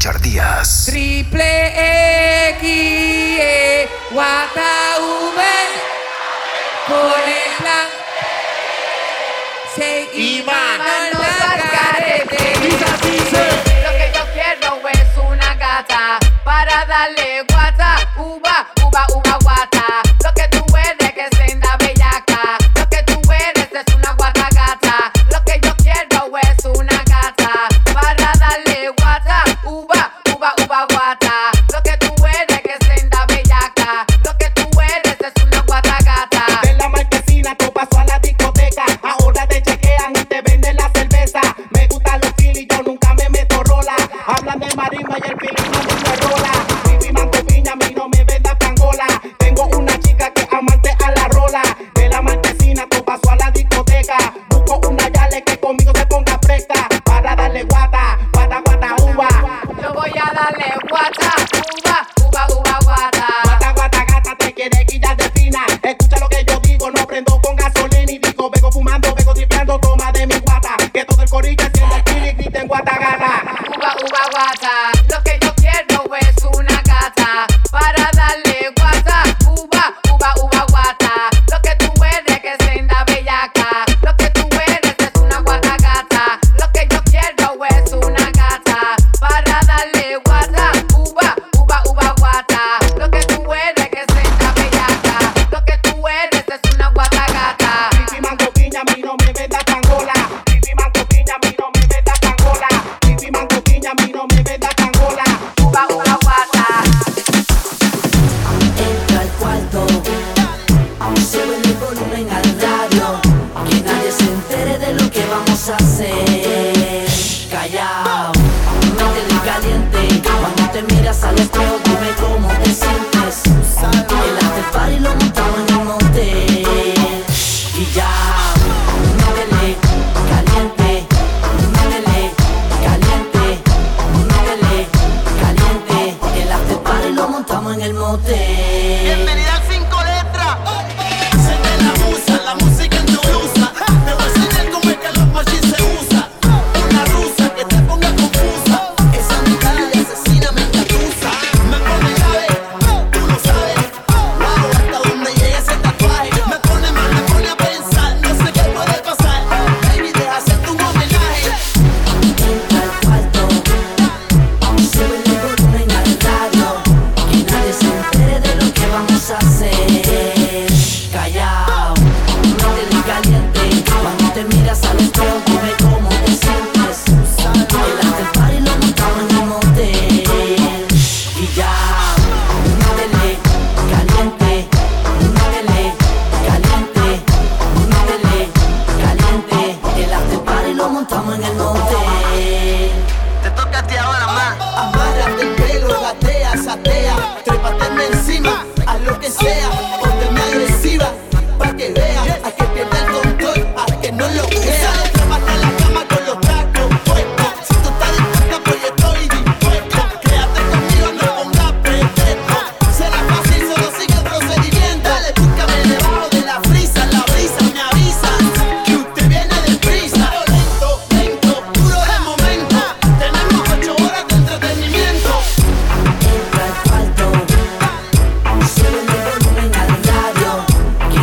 Richard Díaz. Triple X, Guata V, con el plan. Seguimos al carete. Lo que yo quiero es una gata para darle guata, uva, uva, uva, guata. Lo que tú eres que senda bellaca. Lo que tú eres es una guata gata. Lo que yo quiero es una gata para darle guata, uva, uva, uva, guata. Lo que tú eres que senda bellaca. Lo que tú eres es una guata gata. De la marquesina tú paso a la discoteca. Ahora te chequean y te venden la cerveza. Me gustan los filis, yo nunca me meto rola. Hablan de marimba y el fili no me rola. Pipi, mango, piña, a mí no me venda pangola. Tengo una chica que amante a la rola. De la marquesina tú paso a la discoteca. Busco una yale que conmigo se ponga fresca. Para darle guata, guata, guata, uva. Yo voy a darle guata, uva, uva, uva, guata. Guata, guata, gata, te quiere guillar de fina. Escucha lo que yo digo, no prendo con gasolina y digo, vengo fumando, vengo tripeando, toma de mi guata. Que todo el corillo encienda el kili y griten guata, gata. Uva, uva, guata. Lo que yo quiero es una gata para darle guata, uva, uva, uva, guata. Lo que tú eres que senda bellaca. Lo que tú eres es una guata gata. Lo que yo quiero es una gata para darle guata, uva, uva, uva, guata. Lo que tú eres que senda bellaca. Lo que tú eres es una guata gata. Pipi, mango, piña, a mí no me venda pangola. Pipi, mango, piña, a mí no me venda pangola. Pipi, mango, piña, a mí no me venda pangola. Uva, uva, guata. Entra al cuarto, sube el volumen al radio, que nadie se entere de lo que vamos a hacer. Callao, métele caliente, cuando te miras al espejo dime cómo te sientes. El after party lo montamos en el motel. Y ya, métele caliente, métele caliente, métele caliente. El after party lo montamos en el motel. Bienvenida al 5 letras. Se me la musa, la música en tu blusa. Te voy a enseñar cómo es que los machis se usa. Una rusa que te ponga confusa. Esa mitad de asesina me engatusa. Me pone grave, tú lo sabes. Wow, hasta donde llegue ese tatuaje. Me pone mal, me pone a pensar. No sé qué puede pasar. Baby, deja hacerte un homenaje. Entra al cuarto, sube el volumen al radio, que nadie se entere de lo que vamos a hacer. Callao, métele caliente, cuando te miras al espejo dime cómo te sientes. El after party lo montamos en el motel. Y ya, métele caliente, métele caliente, métele caliente. El after party lo montamos en el motel. Te toca a ti ahora más. Amárrate el pelo, gatea, satea. Trépateme encima, haz lo que sea. Ponte agresiva, pa' que vea. Hay que perder el control, haz que no lo crea. Trépate en la cama con los tacos puestos. Si tú estás dispuesta, pues yo estoy dispuesto. Quédate conmigo, no pongas pretexto. Será fácil, solo sigue el procedimiento. Dale, búscame debajo de la brisa me avisa que usted viene deprisa. Lento, lento, puro de momento. Tenemos 8 horas de entretenimiento. Entra al cuarto, sube el volumen al radio, que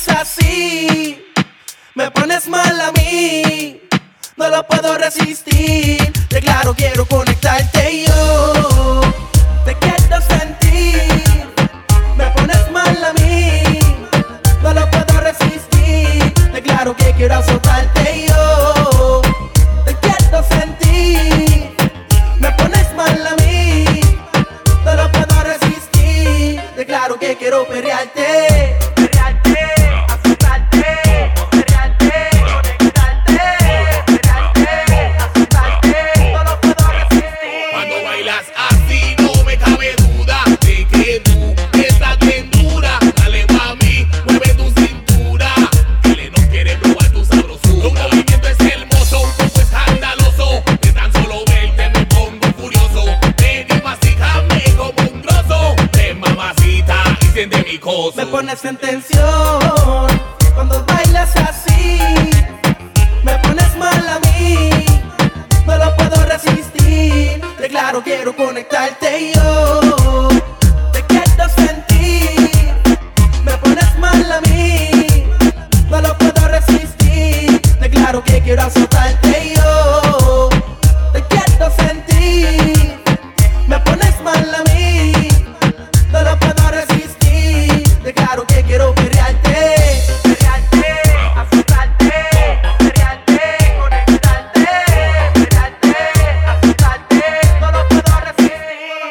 bailas así, me pones mal a mí. No lo puedo resistir. De claro quiero conectarte y yo te quiero sentir. Me pones mal a mí, no lo puedo resistir. De claro que quiero azotarte y yo te quiero sentir. Me pones mal a mí, no lo puedo resistir. De claro que quiero perrearte. Me pones en tensión cuando bailas así. Me pones mal a mí, no lo puedo resistir. De claro quiero conectarte y yo te quiero sentir. Me pones mal a mí, no lo puedo resistir. De claro que quiero azotarte y yo te quiero sentir. Me pones mal a mí, no lo puedo resistir. De claro que quiero perrearte, azotarte, conectarte, azotarte, no lo puedo resistir.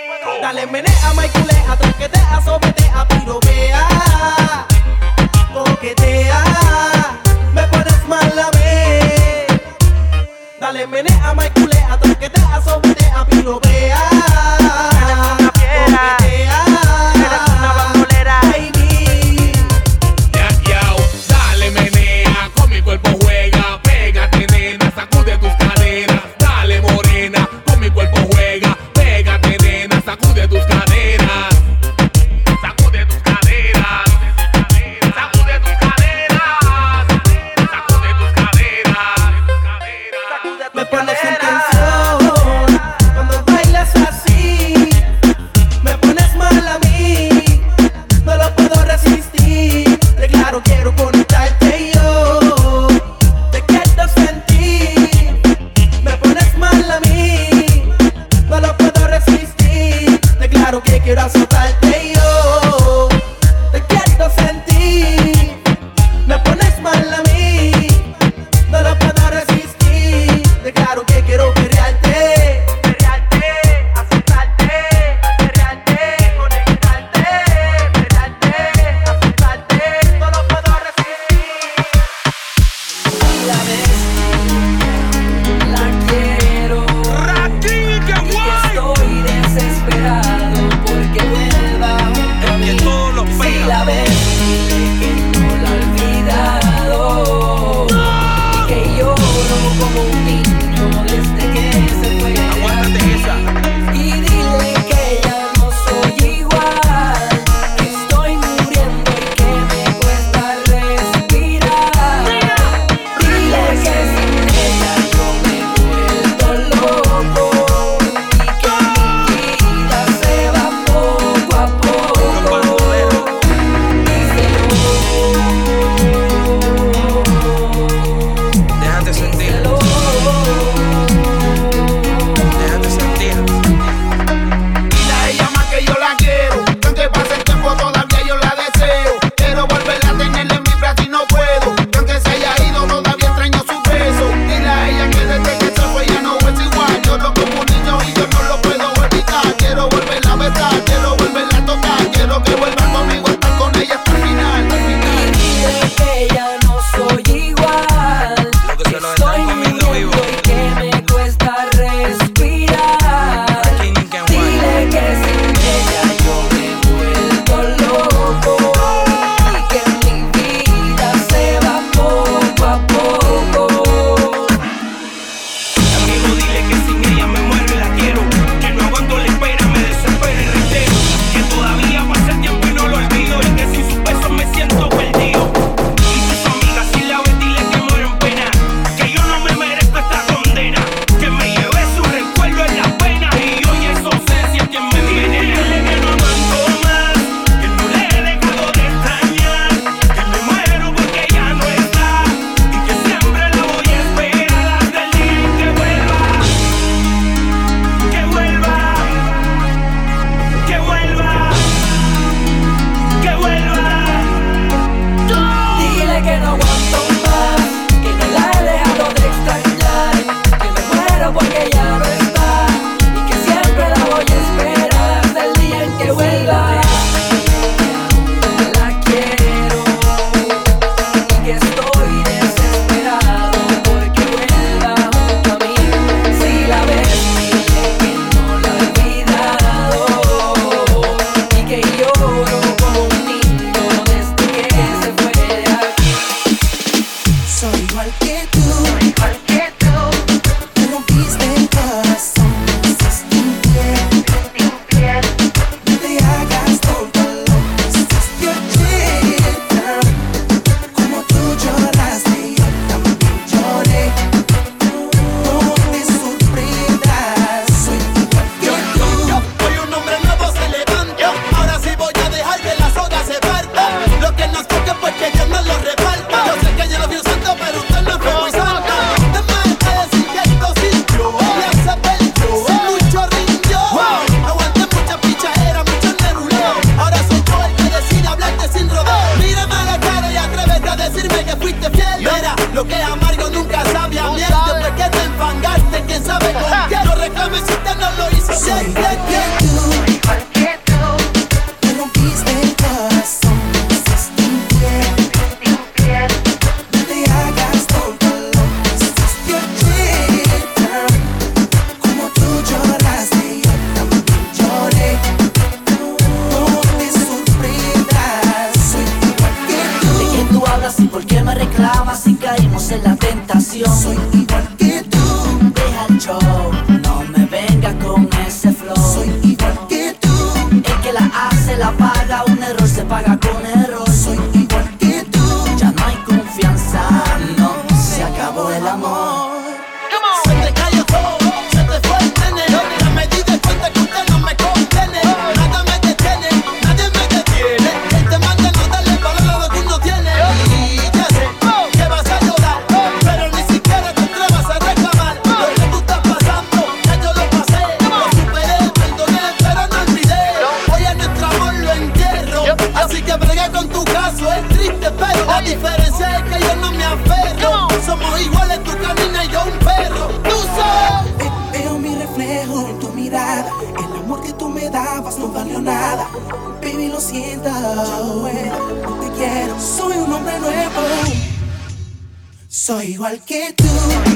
tentación. Soy igual que tú. Deja el show, no me venga con ese flow. Soy igual que tú. El que la hace la paga, un error se paga con error. Soy igual que tú. Ya no hay confianza, no, se acabó el amor. Se te cayó todo, se te fue el nene. Ya me di de cuenta que usted no me contiene. Nada me detiene, nadie me detiene. El tema de no darle valor a lo que uno tiene. Y ya sé que vas a llorar, pero ni siquiera te atrevas a reclamar. Lo que tú estás pasando, ya yo lo pasé. Lo superé, perdoné, pero no olvidé. Hoy a nuestro amor lo entierro, así que brega con tu caso. Es triste, pero la diferencia es que yo no me aferro. Somos iguales, tú caminas y yo un perro. Tú sabes. Veo mi reflejo en tu mirada. El amor que tú me dabas no valió nada. Baby, lo siento, ya no puedo, no te quiero. Soy un hombre nuevo. Soy igual que tú.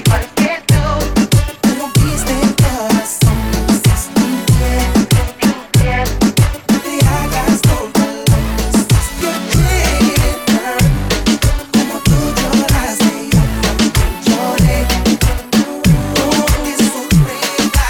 Me rompiste el corazón. Me hiciste infiel. No te hagas tonta, lo hiciste bien. Como tú lloraste, yo también lloré. Oh, qué sorpresa.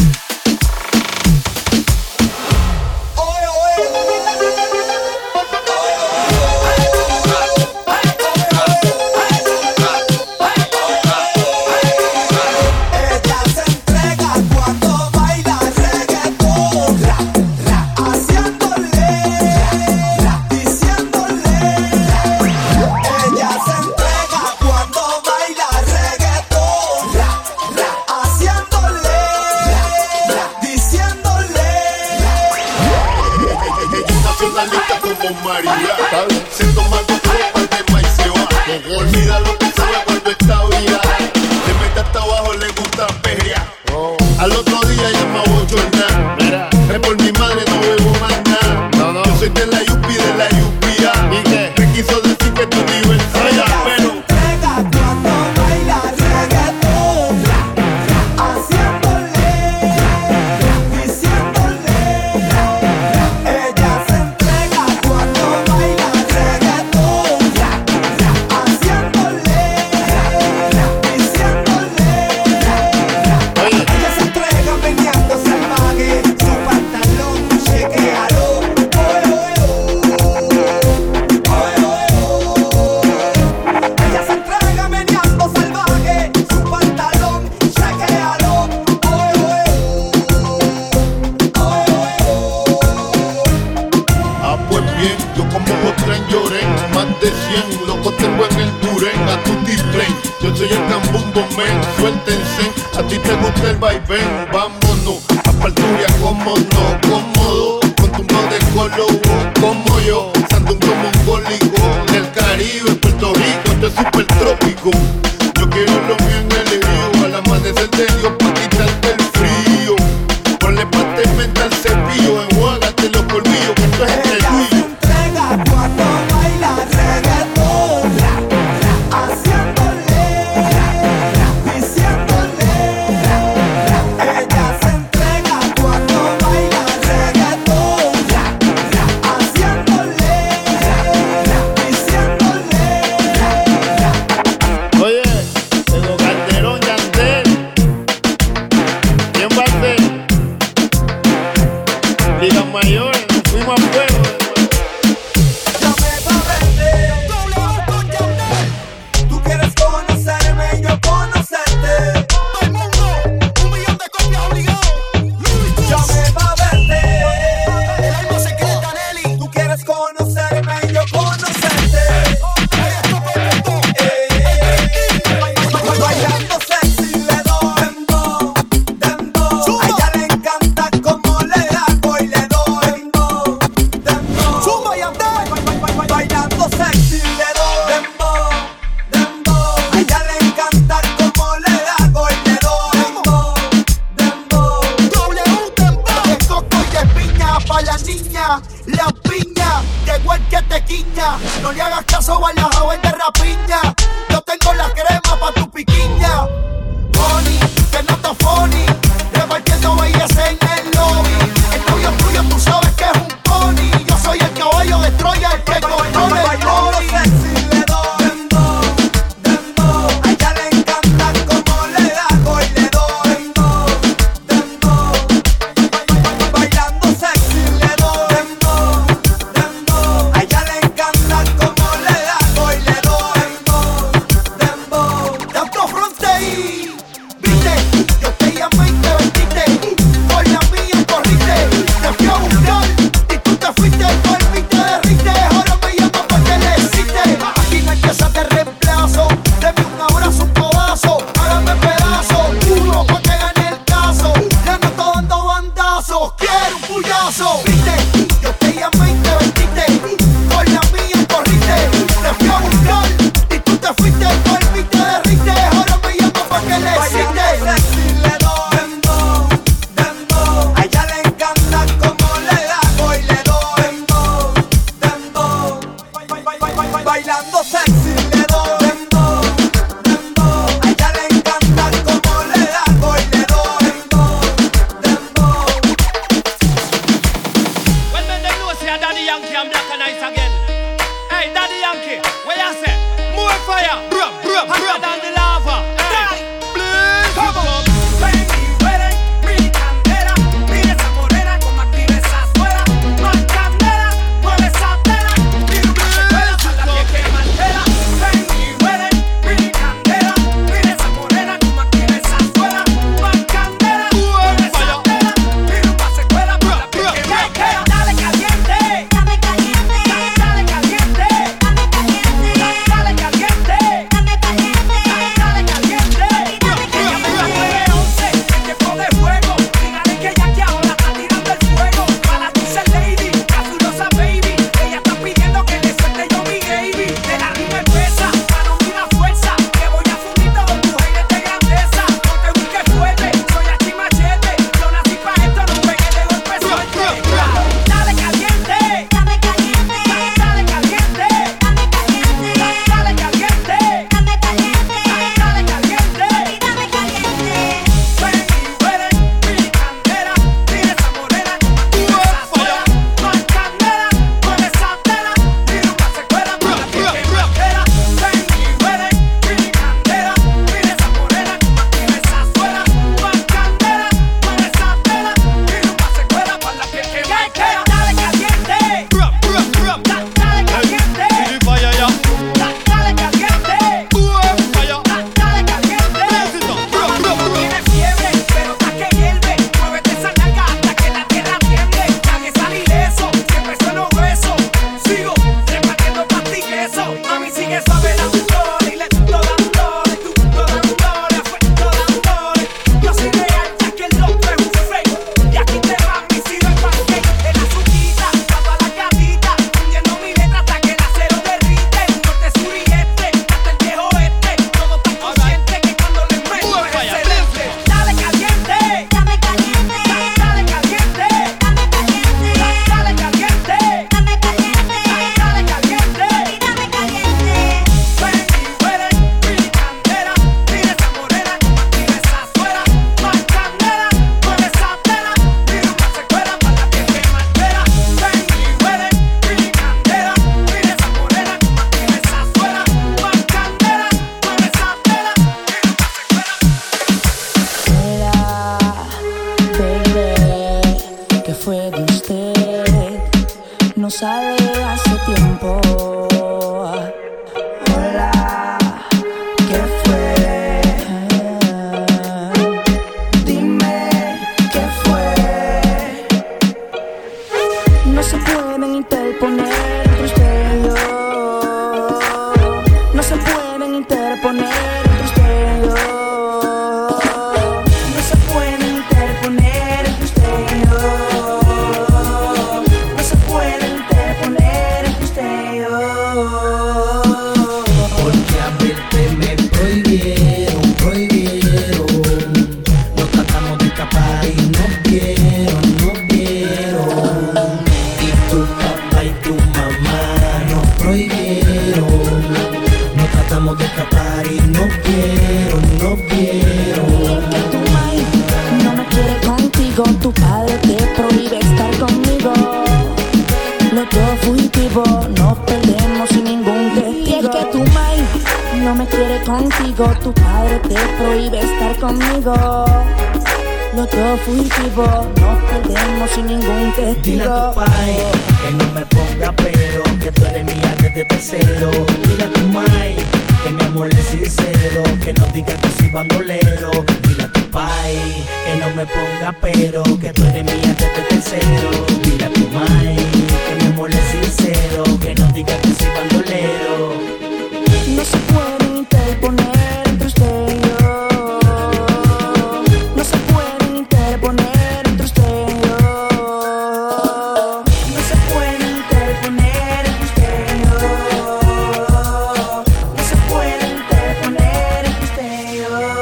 Ella se entrega cuando baila reggaetón, haciéndole, diciéndole. Ella se entrega cuando baila reggaetón, haciéndole, diciéndole. Nacionalista como María, se toma dos copas de maíz y se va. Olvida lo que sabe cuando está virada. Le mete hasta abajo, le gusta perrear. Al otro día ya me abochornar. Es por mi madre, no bebo más nada. Yo soy de la yupi, de la yupia. Me quiso decir que tu diversidad, pero Entrega cuando baila reggaetón, haciéndole, diciéndole. Ella se entrega cuando baila reggaetón, haciéndole, diciéndole. Ella se entrega meneando salvaje, su pantalón chequealo. Ella se entrega meneando salvaje, su pantalón chequealo. ah, pues bien, yo como otra en Lloren, más de 100 locos tengo en el Duren, a tu display. Yo soy el Cambumbo Men, suéltense, a ti te gusta el vaivén, vámonos, a Parturia como no, cómodo, con tu de colo como yo, sandungo mongólico, del Caribe, Puerto Rico, esto es super trópico. Yo quiero lo mío en el río, al amanecer de Dios pa' quitarte el frío. Ponle pasta y menta al cepillo, enjuágate los colmillos, que esto es entre Ella tú y se yo. entrega cuando baila reggaetón, haciéndole, diciéndole. Ella se entrega cuando baila reggaetón, haciéndole, diciéndole. Oye, tengo Calderón, Yandel. ¿Quién va a ser? Ligas mayores, nos fuimos a fuego. Llame pa' verte, tú quieres conocerme y yo conocerte. Todo el mundo, 1 millón de copias obligado. Llame pa' verte, el alma secreta Nelly. Tú quieres conocerme y yo conocerte. Bailando sexy le doy dembow, dembow. A ella le encanta como le hago y le doy dembow, dembow. Bailando sexy le doy dembow, dembow. A ella le encanta como le hago y le doy dembow, dembow. Dembow. Es coco y es piña pa' la niña, la piña, llegó el que te quiña. No le hagas caso a la joven de rapiña. Yo tengo la crema pa' tu piquiña. Bonnie, que no te funny, repartiendo belleza en el lobby. El novio tuyo tú sabes que es un pony. Yo soy el caballo destroyer, el que controla el body. Sexy le doy dembow, dembow. A ella le bailando sexy, le doy dembow, dembow. A ella le encanta como le hago y le doy dembow, dembow. When men them know say Daddy Yankee and Black and Ice again. Hey, Daddy Yankee, what you say? More fire, hotter than the lava. Hey, please come on.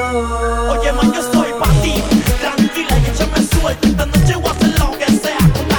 Oye, man, yo estoy pa' ti, tranquila y échame suelta. Esta noche voy a hacer lo que sea.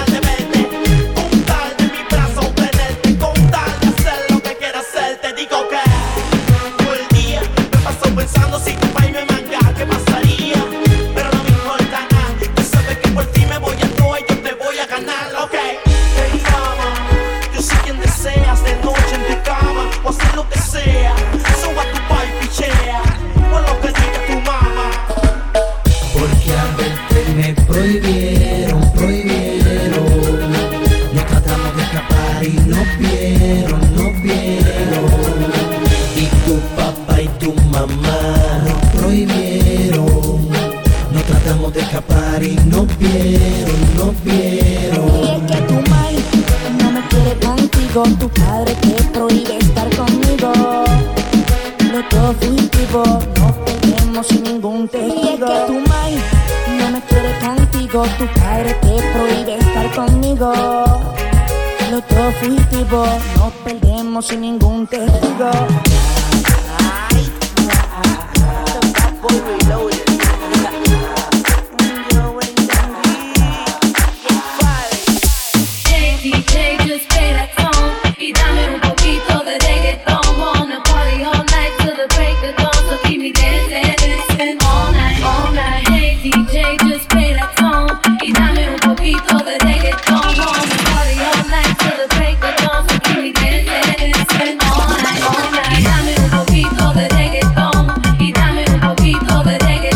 party nos vieron. Y tu papá y tu mamá nos prohibieron. No tratamos de escapar y nos vieron. Y es que tu mai no me quiere contigo, tu padre te prohíbe estar conmigo. Los dos fugitivos nos perdemos sin ningún testigo. Y es que tu mai no me quiere contigo, tu padre te prohíbe estar conmigo. Los dos fugitivos nos perdemos sin ningún testigo. DJ, just play that song y dame un poquito de reggaeton. Wanna party all night till the break of dawn, so keep me dancing all night. Hey DJ, just play that song y dame un poquito de reggaeton. Wanna party all night till the break of dawn, so keep me dancing all night. Y dame un poquito de reggaeton y dame un poquito de reggaeton.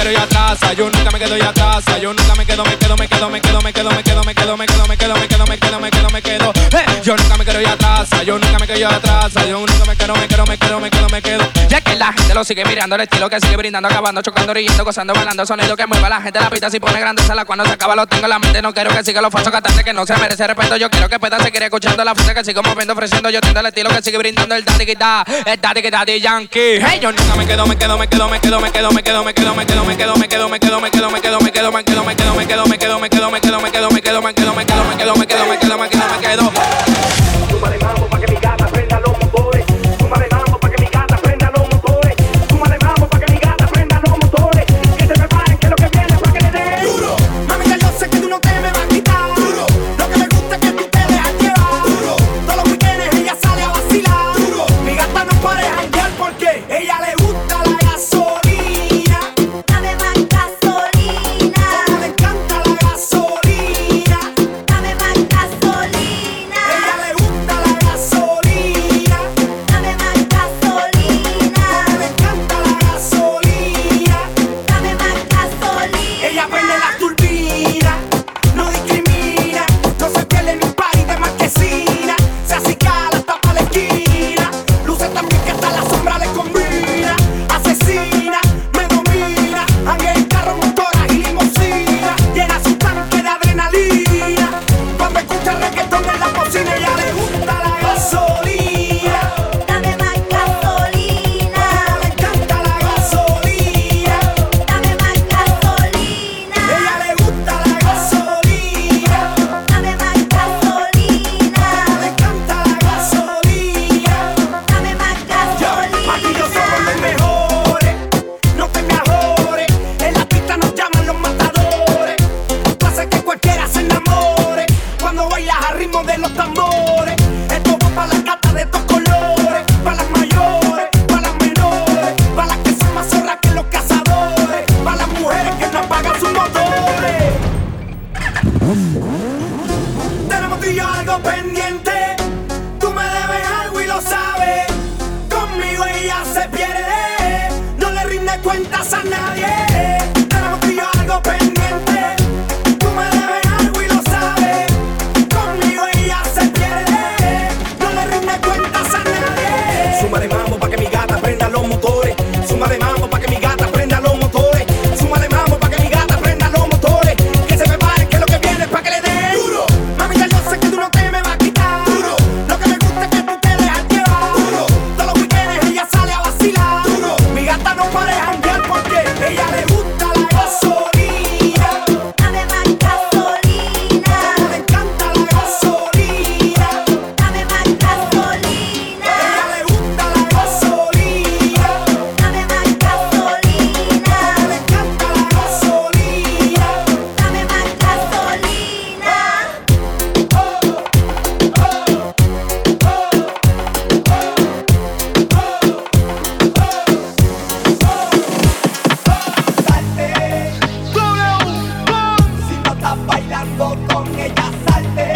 quedo ya atrás, yo nunca me quedo ya atrás, yo nunca me quedo, yo nunca me quedo ya atrás, yo nunca me quedo. Ya que la gente lo sigue mirando, el estilo que sigue brindando, acabando, chocando, riendo, gozando, bailando, sonido que mueva a la gente, la pista si pone grande sala, cuando se acaba lo tengo en la mente, no quiero que siga los falsos cantantes que no se merece respeto, yo quiero que pueda seguir escuchando la fuerza que sigo moviendo, ofreciendo, yo tengo el estilo que sigue brindando, el daddy Yankee. Hey, yo nunca me quedo. Súmale mambo pa' que mi gata prenda los motores. Súmale mambo pa' que mi gata prenda los motores. Súmale mambo pa' que mi gata prenda los motores. Que se preparen que lo que viene pa' que le den duro. Mami, ya yo sé que tú no te me vas a quitar duro. Lo que me gusta es que tú te dejas llevar duro. Todos los weekends ella sale a vacilar duro. Mi gata no para de janguear porque ella le gusta la gasolina. Dame más gasolina. Como le encanta la gasolina. Dame más gasolina. Ella le gusta la gasolina. Dame más gasolina. Como le encanta la gasolina. Dame más gasolina. Ella prende la turbina, no discrimina, no se pierde ni un party de marquesina. Se acicala hasta pa' la esquina, luce también que hasta la sombra le combina. Asesina, me domina, anga en carro, motora y limusina. Llena su tanque de adrenalina, cuando escucha reggaetón en la cocina. Ella le gusta la gasolina. Dame más gasolina. Como le encanta la gasolina. Dame más gasolina. Ella le gusta la gasolina. Dame más gasolina. Le encanta la gasolina. Dame más gasolina. Aquí yo somos los mejores, no te me ajores. En la pista nos llaman los matadores. Tú haces que cualquiera se enamore cuando bailas al ritmo de los tambores. Esto va para las gatas de estos colores, para las mayores, para las menores, para las que son más zorras que los cazadores, para las mujeres que no apagan sus motores. Tenemos tú y yo algo pendiente. Tú me debes algo y lo sabes. Conmigo ella se pierde. No le rinde cuentas a nadie. Tenemos tú y yo algo pendiente. Tú me debes algo y lo sabes. Conmigo ella se pierde. No le rinde cuentas a nadie. Súmale mambo pa' que mi gata prenda los motores. Súmale mambo pa' que mi gata prenda los motores. Súmale mambo pa' que mi gata prenda los motores. Que se preparen que lo que viene es pa' que le den duro. Mami, ya yo sé que tú no te me vas a quitar duro. Lo que me gusta es que tú te dejas llevar duro. Todos los weekends ella sale a vacilar duro. Mi gata no para de janguear porque ella le gusta la gasolina. Dame más gasolina. Como le encanta la gasolina. Dame más gasolina. Ella le gusta la gasolina. Dame más gasolina. Como le encanta la gasolina. Dame más gasolina. Si no estás bailando con ella, salte.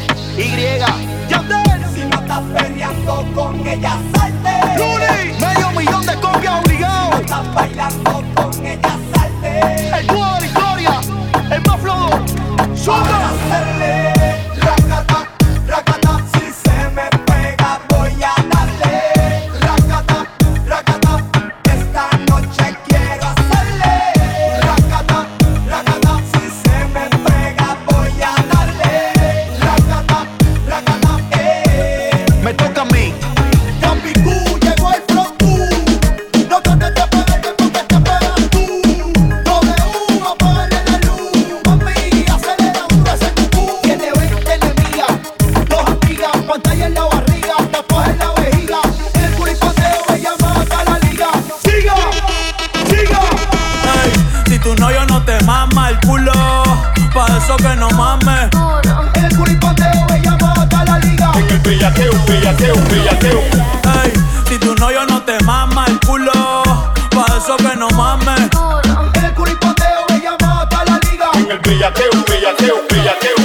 Si no estás perreando con ella, salte. Medio millón de copias obligado. Si no estás bailando con ella, salte. El dúo de la historia, el más flojo. Para Suelta. hacerle racata, racata. Si se me pega voy a darle racata, racata. Esta noche quiero hacerle racata, racata. Si se me pega voy a darle racata, racata. Me toca a mí. Campicú, llegó el Frontú. No trates de pegarte porque te pegas tú. W, apaga la luz. Mami, acelera duro ese cucú. Tiene 20 enemigas, 2 amigas, pantalla en la barriga, tatuaje en la vejiga. En el curipateo ella mata la liga. ¡Siga! ¡Siga! Ey, si tu novio no te mama el culo, pa' eso que no mames. En el curipateo ella mata la liga. En el bellaqueo, bellaqueo, bellaqueo. Ey, si tu novio no te mama el culo, pa' eso que no mames. En el curipateo ella mata la liga. En el bellaqueo, bellaqueo, bellaqueo.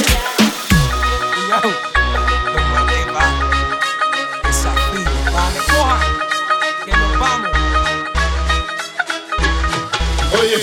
Oye, mami,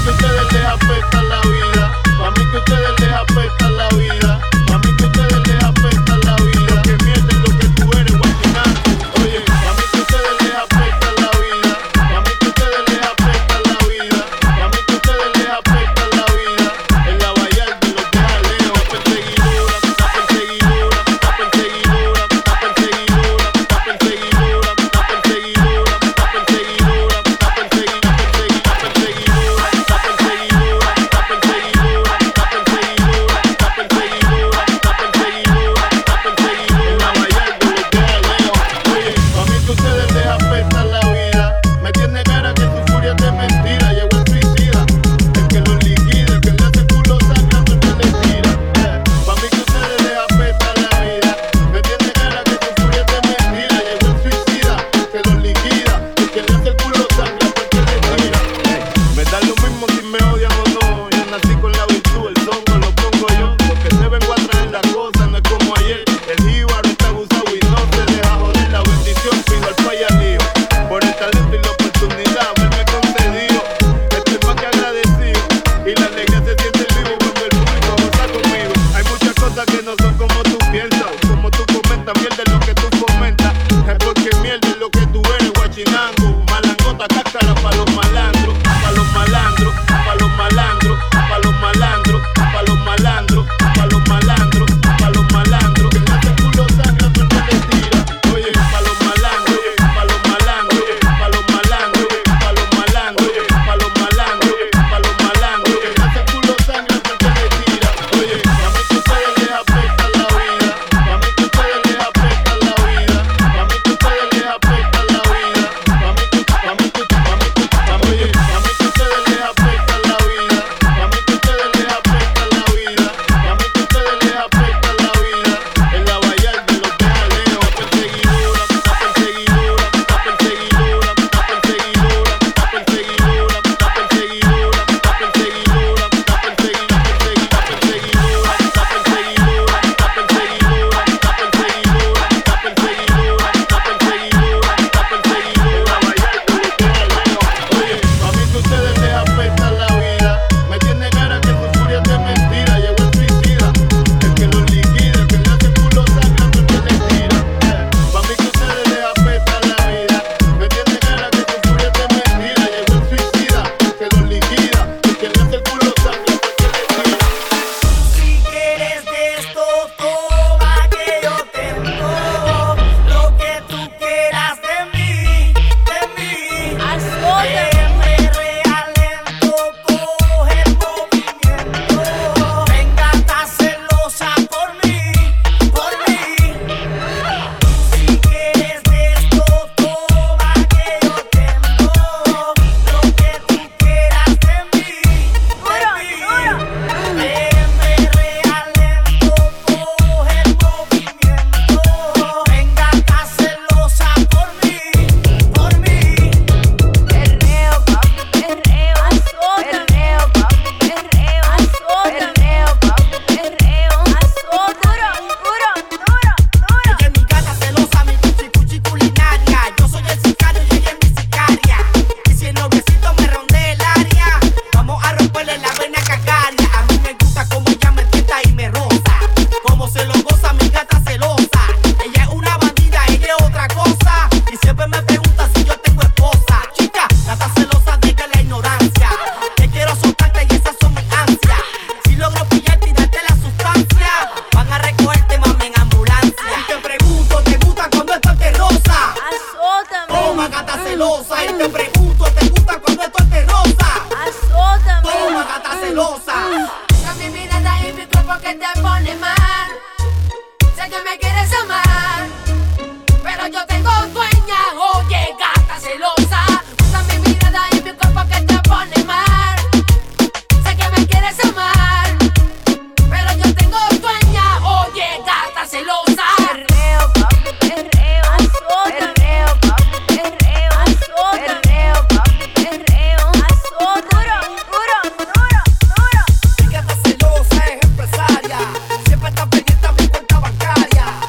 que ustedes les apesta la vida. Pa' mí que ustedes les apesta la vida. Pa' mí que ustedes les apesta la vida. Que mierda es lo que tú eres, guachinando. Oye, pa' mí que ustedes les apesta la vida. Pa' mí que ustedes les apesta la vida. Pa' mí que ustedes les apesta la vida. En la Vallarta los deja lejos. Está perseguidora, está perseguidora, está perseguidora, está perseguidora, está perseguidora, está perseguidora, está perseguidora, está perseguidora, está perseguidora, está perseguidora, está perseguidora, está perseguidora, está perseguidora, está perseguidora, está perseguidora. En la Vallarta los deja lejos. Oye, pa' mí que ustedes les apesta la vida. Me tiene cara que su furia es de mentira. Llegó el suicida, el que los liquida, el que le hace culo sangrando, el que le tira. Pa' mí que ustedes les apesta la vida. Me tiene cara que su furia es de mentira. Llegó el suicida, que los liquida, el que le hace el culo sangrando, el que le tira. Me da lo mismo si me odian o no. Yo nací con la virtud, el songo lo pongo yo. Porque te vengo a traer la cosa, no es como ayer. El jíbaro está abusado y no se deja joder. La bendición pido al payalío. Por el talento y la oportunidad, haberme concedido. Estoy más que agradecido. Y la alegría se siente vivo cuando el público goza conmigo. Hay muchas cosas que no son como tú piensas. Como tú comentas, mierda es lo que tú fomentas. Es porque mierda es lo que tú eres, guachinango. Malangota, cáscara pa' los malandros. Pa' los malandros, pa' los malandros, pa' los malandros, pa' los malandros, pa' los malandros, pa' los malandros. Que le hace el culo sangra, tú te le tira. Oye, pa' los malandros, pa' los malandros, pa' los malandros, pa' los malandros, pa' los malandros, pa' los malandros. Que le hace el culo sangra, tú te le tira. Oye, pa' mí que ustedes les apesta la vida. Pa' mí que ustedes les apesta la vida. Pa' mí que ustedes les apesta la vida. Pa' mí que, pa' mí que, pa' mí que, pa' mí, oye, pa' mí que ustedes les apesta la vida. Pa' mí que ustedes les apesta la vida. Pa' mí que ustedes les apesta la vida. En la Vallarta los deja lejos. Perseguidora, está perseguidora, está perseguidora, está perseguidora, está perseguidora, está perseguidora, está perseguidora, está perseguidora, está perseguidora, está perseguidora, está perseguidora, está perseguidora, está perseguidora, está perseguidora, está perseguidora. En la Vallarta los deja lejos. Oye, pa' mí que ustedes les apesta la vida. Me tiene cara que su furia es de mentira. Llegó el suicida, el que los liquida, el que le hace el culo sangrando, el que le tira. Pa' mí que ustedes les apesta la vida. Me tiene cara que su furia es de mentira. Llegó el suicida, el que los liquida, el que le hace el culo sangrando, el que le tira. Si quieres de esto, toma que yo tengo lo que tú quieras de mí, de mí. Déjame realento, coge el movimiento. Venga, está celosa por mí, por mí. Si quieres de esto, toma que yo tengo lo que tú quieras de mí, de mí. Déjame realento, coge el movimiento. Venga, está celosa por mí, por mí. Perreo, papi, perreo, perreo, papi, perreo, perreo, papi, perreo, duro, duro, duro, duro. Ella es mi gata celosa, mi cuchi culinaria. Yo soy el sicario y ella es mi sicaria. Y si el noviecito me rondea el área, vamos a romperle la vena cacaria. A mí me gusta como ella me tienta y me roza. Como se lo goza mi gata celosa. Ella es una bandida, ella es otra cosa. Y siempre me pregunta si yo tengo esposa. Chica, gata celosa, deja la ignorancia. Te quiero soltarte y esas son mis ansias. Si logro pillarte y darte la sustancia, van a recogerte, mami, en ambulancia. Y te pregunto, ¿te gusta cuando esto te roza? Toma, gata celosa. Y te pregunto, ¿te gusta cuando esto te roza? Toma, gata celosa. Con mi mirada y mi cuerpo que te pone mal. Sé que me quieres amar, pero yo tengo dueña. Oye, gata celosa. Con mi mirada y mi cuerpo que te pone mal. Sé que me quieres amar, pero yo tengo dueña. Oye, gata celosa. Perreo, papi, perreo, perreo, papi, perreo, perreo, papi, perreo, duro, duro, duro, duro. Mi gata celosa es empresaria. Siempre está pendiente a mi cuenta bancaria.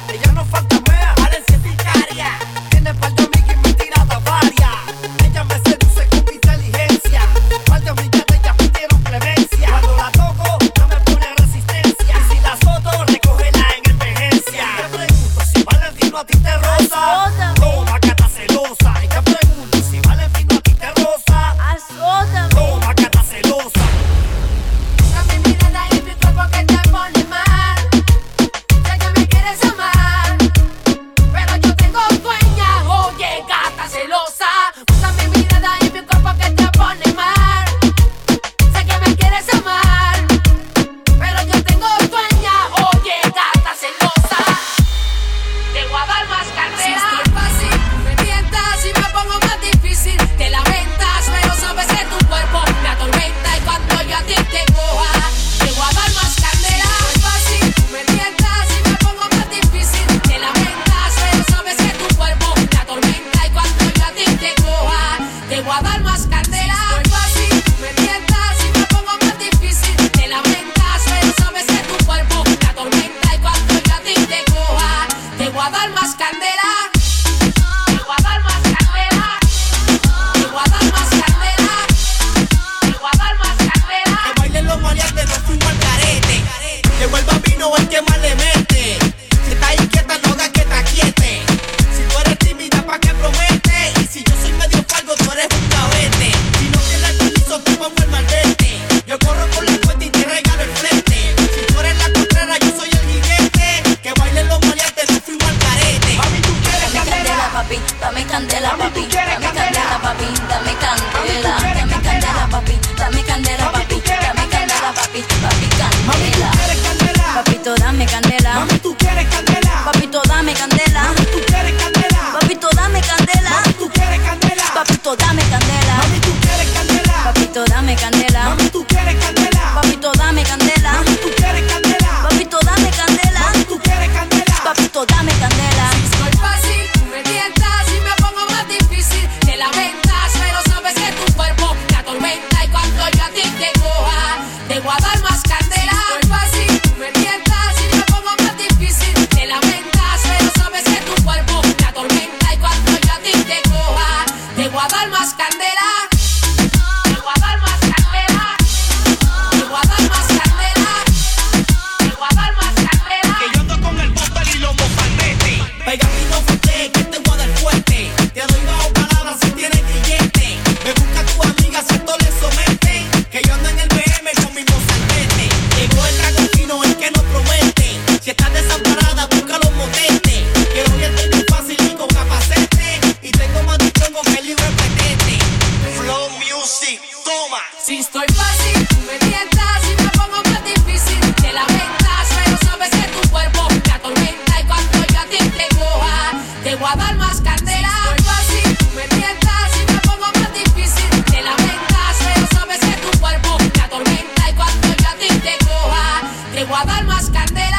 dar más candela. Te voy a dar más candela. Te voy a dar más candela. Te voy a dar más candela. Que yo ando con el bumper y los mofalmetes. Pega y no fute, que te voy a dar fuerte. Te doy bajo palabras si tienes billete. Me busca tu amiga si esto le somete. Que yo ando en el BM con mi mozalmete. Llegó el trago fino, el que nos promete. Si estás desamparada, busca los motetes. Que hoy estoy muy fácil y con capacete. Y tengo más de chongo que el libro petete. Flow Music, toma. Si estoy fácil, tú me tientas y me pongo más difícil. Te lamentas, pero sabes que tu cuerpo me atormenta. Y cuando yo a ti te coja, te voy a dar más candela. Si estoy fácil, tú me tientas y me pongo más difícil. Te lamentas, pero sabes que tu cuerpo me atormenta. Y cuando yo a ti te coja, te voy a dar más candela.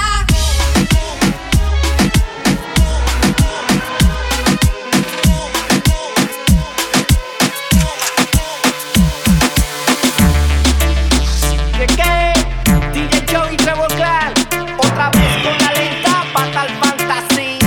¿De qué? DJ Joe y Trevor Clan, otra vez con la lenta Fatal Fantasy.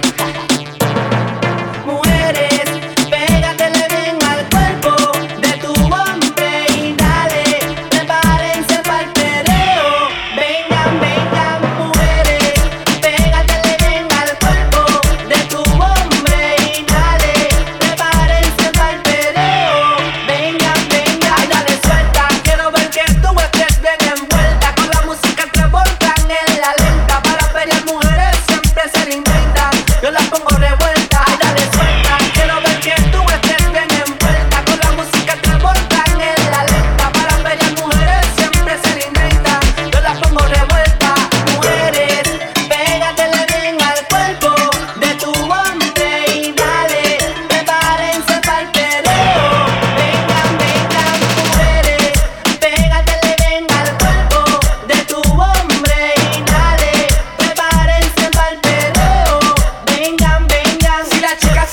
Mujeres, pégatele bien al cuerpo de tu hombre y dale, prepárense para el perreo. Vengan, vengan, mujeres, pégatele bien al cuerpo de tu hombre y dale, prepárense para el perreo. Vengan, vengan, ay, dale suelta, quiero ver que tú estés bien envuelta con la música que volcan en la lenta. Para pelear mujeres siempre se le inventan, yo las pongo revuelta. Ay, dale suelta, quiero ver que tú estés bien envuelta con la música que volcan en la lenta. Para pelear mujeres siempre se le inventan, yo las pongo revuelta. Mujeres, pégatele bien al cuerpo de tu hombre y dale, prepárense para el perreo. Vengan, vengan, mujeres, pégatele bien al cuerpo de tu hombre y dale, prepárense para el perreo. Vengan, vengan. Si la chica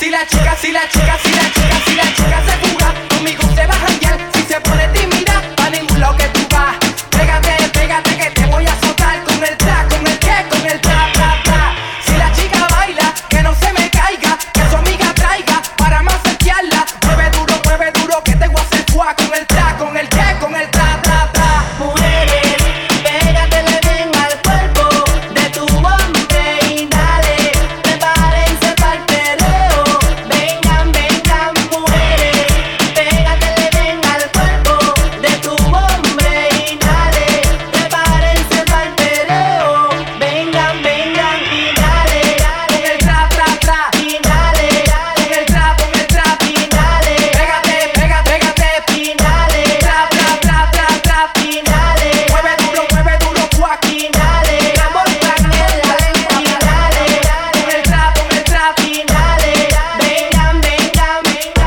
se fuga, conmigo se va a janguear. Si se pone tímida, pa' ningún lado que tú vas. Pégate, pégate que te voy a azotar con el tra, con el que, con el tra, tra, tra. Si la chica baila, que no se me caiga, que su amiga traiga para más setearla. Mueve duro que te voy a hacer fuá con el tra, con el que, con el tra, tra, tra. Mujeres, pégatele bien al cuerpo de tu hombre y dale, prepárense para el perreo. Vengan, vengan, mujeres, pégatele bien al cuerpo de tu hombre y dale, prepárense para el perreo. Vengan, vengan y dale, con el tra, tra, tra y dale, con el tra, y dale. Pégate, pégate, pégate y dale, tra, tra, tra, tra, tra y dale. Mueve duro, fuck y dale. La volcan en la lenta y dale, con el tra, y dale. Vengan, vengan,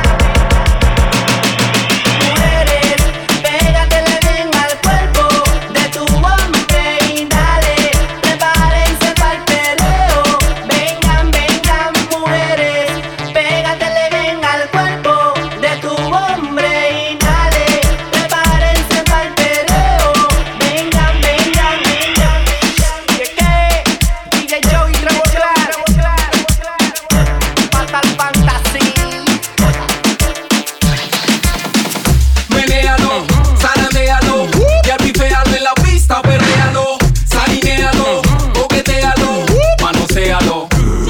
mujeres, pégatele bien al cuerpo de tu hombre y dale, prepárense para el perreo. Vengan, vengan, mujeres, pégatele bien al cuerpo de tu hombre y dale, prepárense para el perreo. Vengan, vengan, ¿qué qué? DJ Joe y Trevor Clan, Fatal Fantasy. Menéalo, zarandealo, y al pifealo en la pista, perréalo, salinéalo, coquetealo, manoséalo.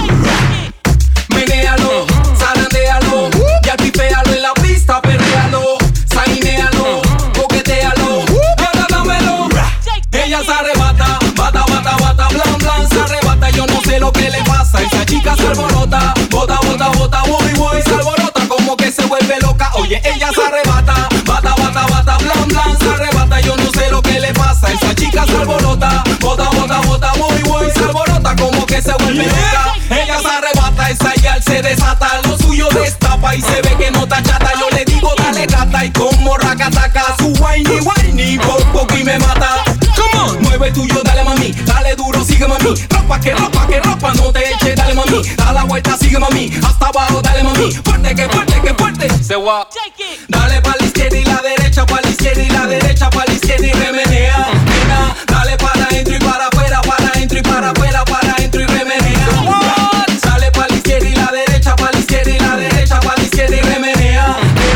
Menéalo, zarandealo, y al pifealo en la pista, perréalo, salinéalo, coquetealo, ahora dámelo. Ella se arrebata, bata, bata, bata, blan, blan, se arrebata, yo no sé lo que le pasa, esa chica se alborota, bota, bota, bota, voy, voy, se alborota, como que se vuelve loca, oye, ella se arrebata, bata, bata, bata, blan, blan, se arrebata, yo no sé lo que le pasa, esa chica se alborota, bota, bota, bota, voy, voy, se alborota, como que se vuelve loca, ella se arrebata, esa yal se desata, lo suyo destapa y se ve que no está chata, yo le digo dale gata y como racataca, su whiny, whiny, por poco y me mata. Come on, mueve tuyo, dale mami, dale duro, sigue mami, ropa, no te eche, dale mami, da la vuelta, sigue mami, hasta abajo, dale mami, fuerte, que fuerte, se va. Dale pa' la izquierda y la derecha, pa' la izquierda y la derecha, pa' la izquierda y remenea, nena, dale para adentro y para afuera, para adentro y para afuera, para adentro y remenea. Dale pa' la izquierda y la derecha, pa' la izquierda y la derecha, pa' la izquierda y remenea,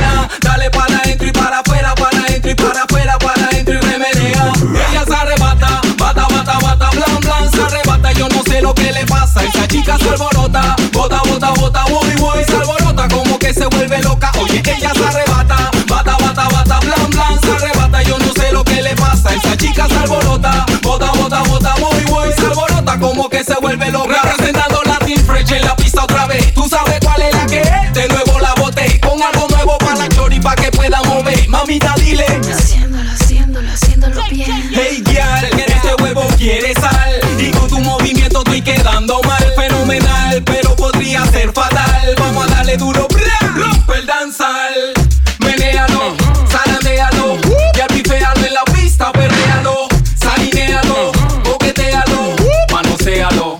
vuelve loca. Representando Latin Fresh en la pista otra vez. Tú sabes cuál es la que es. De nuevo la boté. Con algo nuevo para la chori pa' que pueda mover. Mamita, dile. Haciéndolo bien. Hey, girl, que este huevo quiere sal. Y con tu movimiento estoy quedando mal. Fenomenal, pero podría ser fatal. Vamos a darle duro, bra, rompe el danzal. Menéalo, zarandealo. Y al pifealo en la pista, perréalo. Salinéalo, coquetéalo, manoséalo.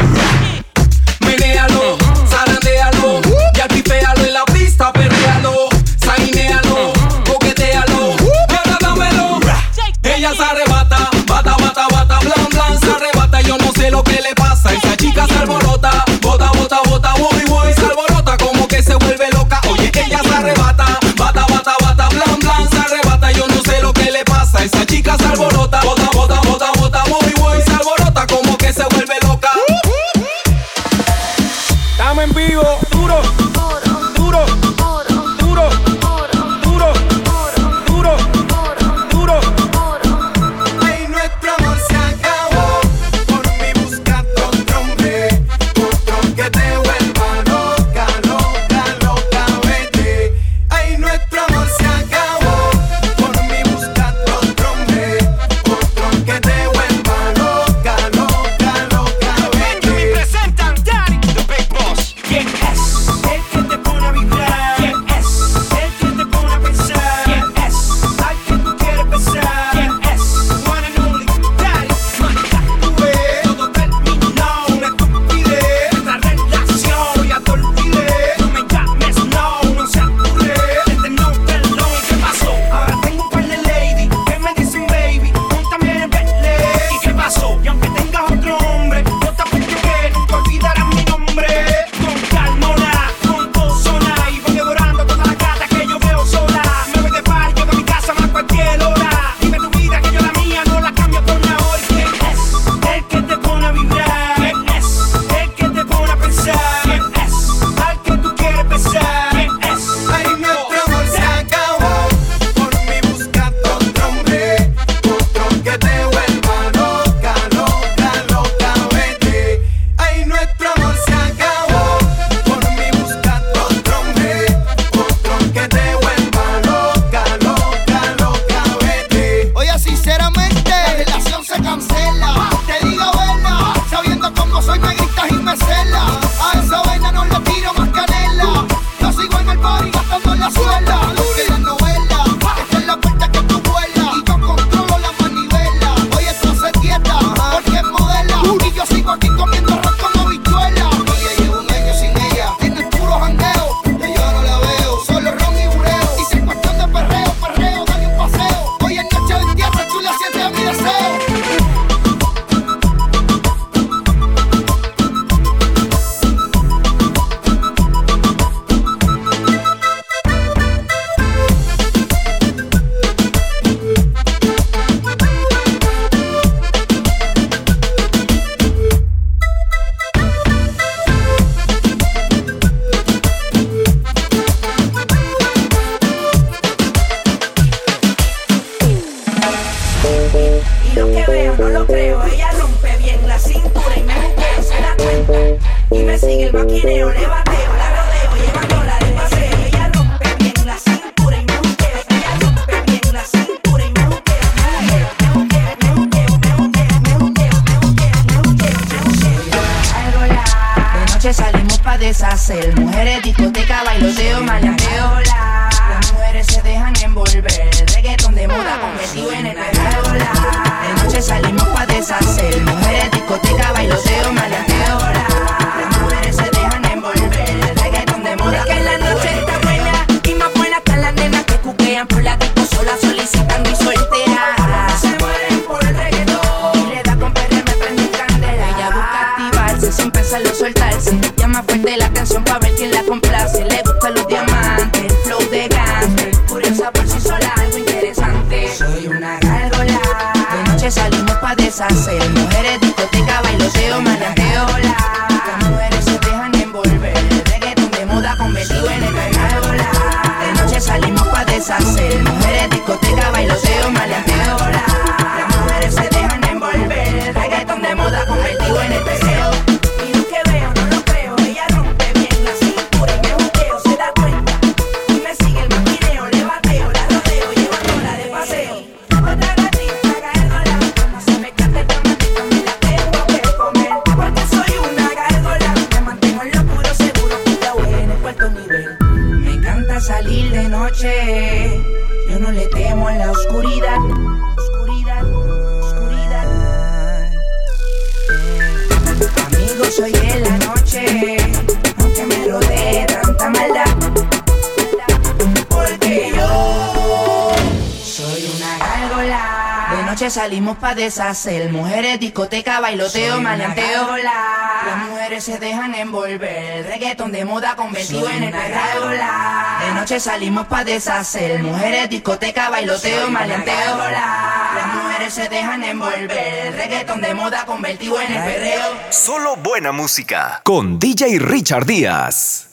Menéalo, zarandealo. Y al pifealo en la pista, perréalo. Salinéalo, coquetéalo. Ahora dámelo. Ella se arrebata, bata, bata, bata, blan, blan, se arrebata. Yo no sé lo que le pasa. Esa chica se alborota, bota, bota, bota, voy, voy. Se alborota como que se vuelve loca. Oye, ella se arrebata, bata, bata, bata, blan, blan, se arrebata. Yo no sé lo que le pasa. Esa chica se alborota, bota, bota, bota, bota, voy, voy. Se alborota como que se vuelve loca. Estamos en vivo, duro, duro, duro, duro, duro, duro. Ay, nuestro amor se acabó. Por mí buscando otro hombre, otro que te vuelva loca, loca, loca, vete. Ay, nuestro amor se acabó. Por mí buscando otro hombre, otro que te vuelva loca, loca, loca, vete. Me presentan Danny, the Big Boss. ¿Quién es el que te pone a vibrar? ¿Quién es el que te pone a pensar? ¿Quién es al que tú quieres besar? ¿Quién es one and only Daddy? Manda, tú ves, todo terminó, una estupidez. Nuestra relación ya te olvidé. No me llames, no se apure. Desde no perdón, ¿y qué pasó? Ahora tengo un par de lady que me dicen baby, tú también eres Bentley. ¿Y qué pasó? Y aunque tengas otro hombre, yo te apuesto que nunca olvidarás mi nombre. Con calmona, con pozona, y voy devorando todas las gatas que yo veo sola. Me voy de par, llego a mi casa más cualquier hora. Dime tu vida que yo la mía no la cambio por una hora. ¿Quién es el que te pone a vibrar? ¿Quién es el que te pone a pensar? ¿Quién es al que tú quieres besar? ¿Quién es? Ay, nuestro amor se acabó. Por mí buscando otro hombre, otro que te vuelva loca, loca, loca, vete. Ay, nuestro amor se acabó. Por mí buscando otro hombre, otro que te vuelva loca, loca, loca, vete. Oye, sinceramente, la relación se cancela. Te digo verla, sabiendo cómo soy, me gritas y me celas. A esa vaina no le tiro más canela. Yo sigo en el party gastando en la suela. Que la novela, esta es la puerta que tú vuelas. Y yo controlo la manivela. Oye, tú haces dieta, porque es modela. Y yo sigo aquí comiendo arroz con habichuela. Oye, llevo un año sin ella, tiene el puro jangueo. Que yo no la veo, solo ron y bureo. Y si es cuestión de perreo, perreo, dale un paseo. Hoy es noche de tierra, chula, siente a mi deseo. Y lo que veo no lo creo, ella rompe bien la cintura y me buqueo, se da cuenta. Y me sigue el maquineo, le bateo, la rodeo, llevándola de paseo. Ella rompe bien la cintura y me buqueo, ella rompe bien la cintura y me buqueo, me buqueo, me buqueo, me buqueo, me buqueo, me buqueo, me buqueo, me buqueo. Algo la, de noche salimos pa' deshacer, mujeres, discoteca, bailoteo, maleanteo, la. Las mujeres se dejan envolver, reggaetón de moda convertido en el la. De noche salimos pa' deshacer, mujeres, discoteca, bailoteo, maleanteo, la. Las mujeres se dejan envolver, reggaetón de moda. Es que la noche está buena y más buena están las nenas que cuquean por la disco sola solicitando y solteras. Se mueren por el reggaetón y le da con perder, me prende candela. Ella busca activarse sin pensarlo soltarse, llama fuerte la atención pa' ver quién la complace. Le gustan los diamantes, el flow de gante, curiosa por sí sola, algo interesante. Soy una gárgola, de noche salimos pa' deshacer, mujeres, discoteca, bailoteo, maleanteo, la. Las mujeres se dejan envolver, reggaetón de moda convertido en el gárgola. De noche salimos pa' deshacer, mujeres, discoteca, bailoteo, maleanteo, la. Las mujeres se dejan envolver, reggaetón de moda convertido en el deseo. gusta salir de noche. Yo no le temo a la oscuridad. Oscuridad, oscuridad. Amigo, soy de la noche, aunque me rodee tanta maldad. Porque yo soy una gárgola. De noche salimos pa' deshacer. Mujeres, discoteca, bailoteo, maleanteo. Las mujeres se dejan envolver. Reggaetón de moda convertido en el gárgola. De noche salimos pa' deshacer. Mujeres, discoteca, bailoteo, maleanteo. Las mujeres se dejan envolver. Reggaetón de moda convertido en el perreo. Solo buena música con DJ Richard Díaz.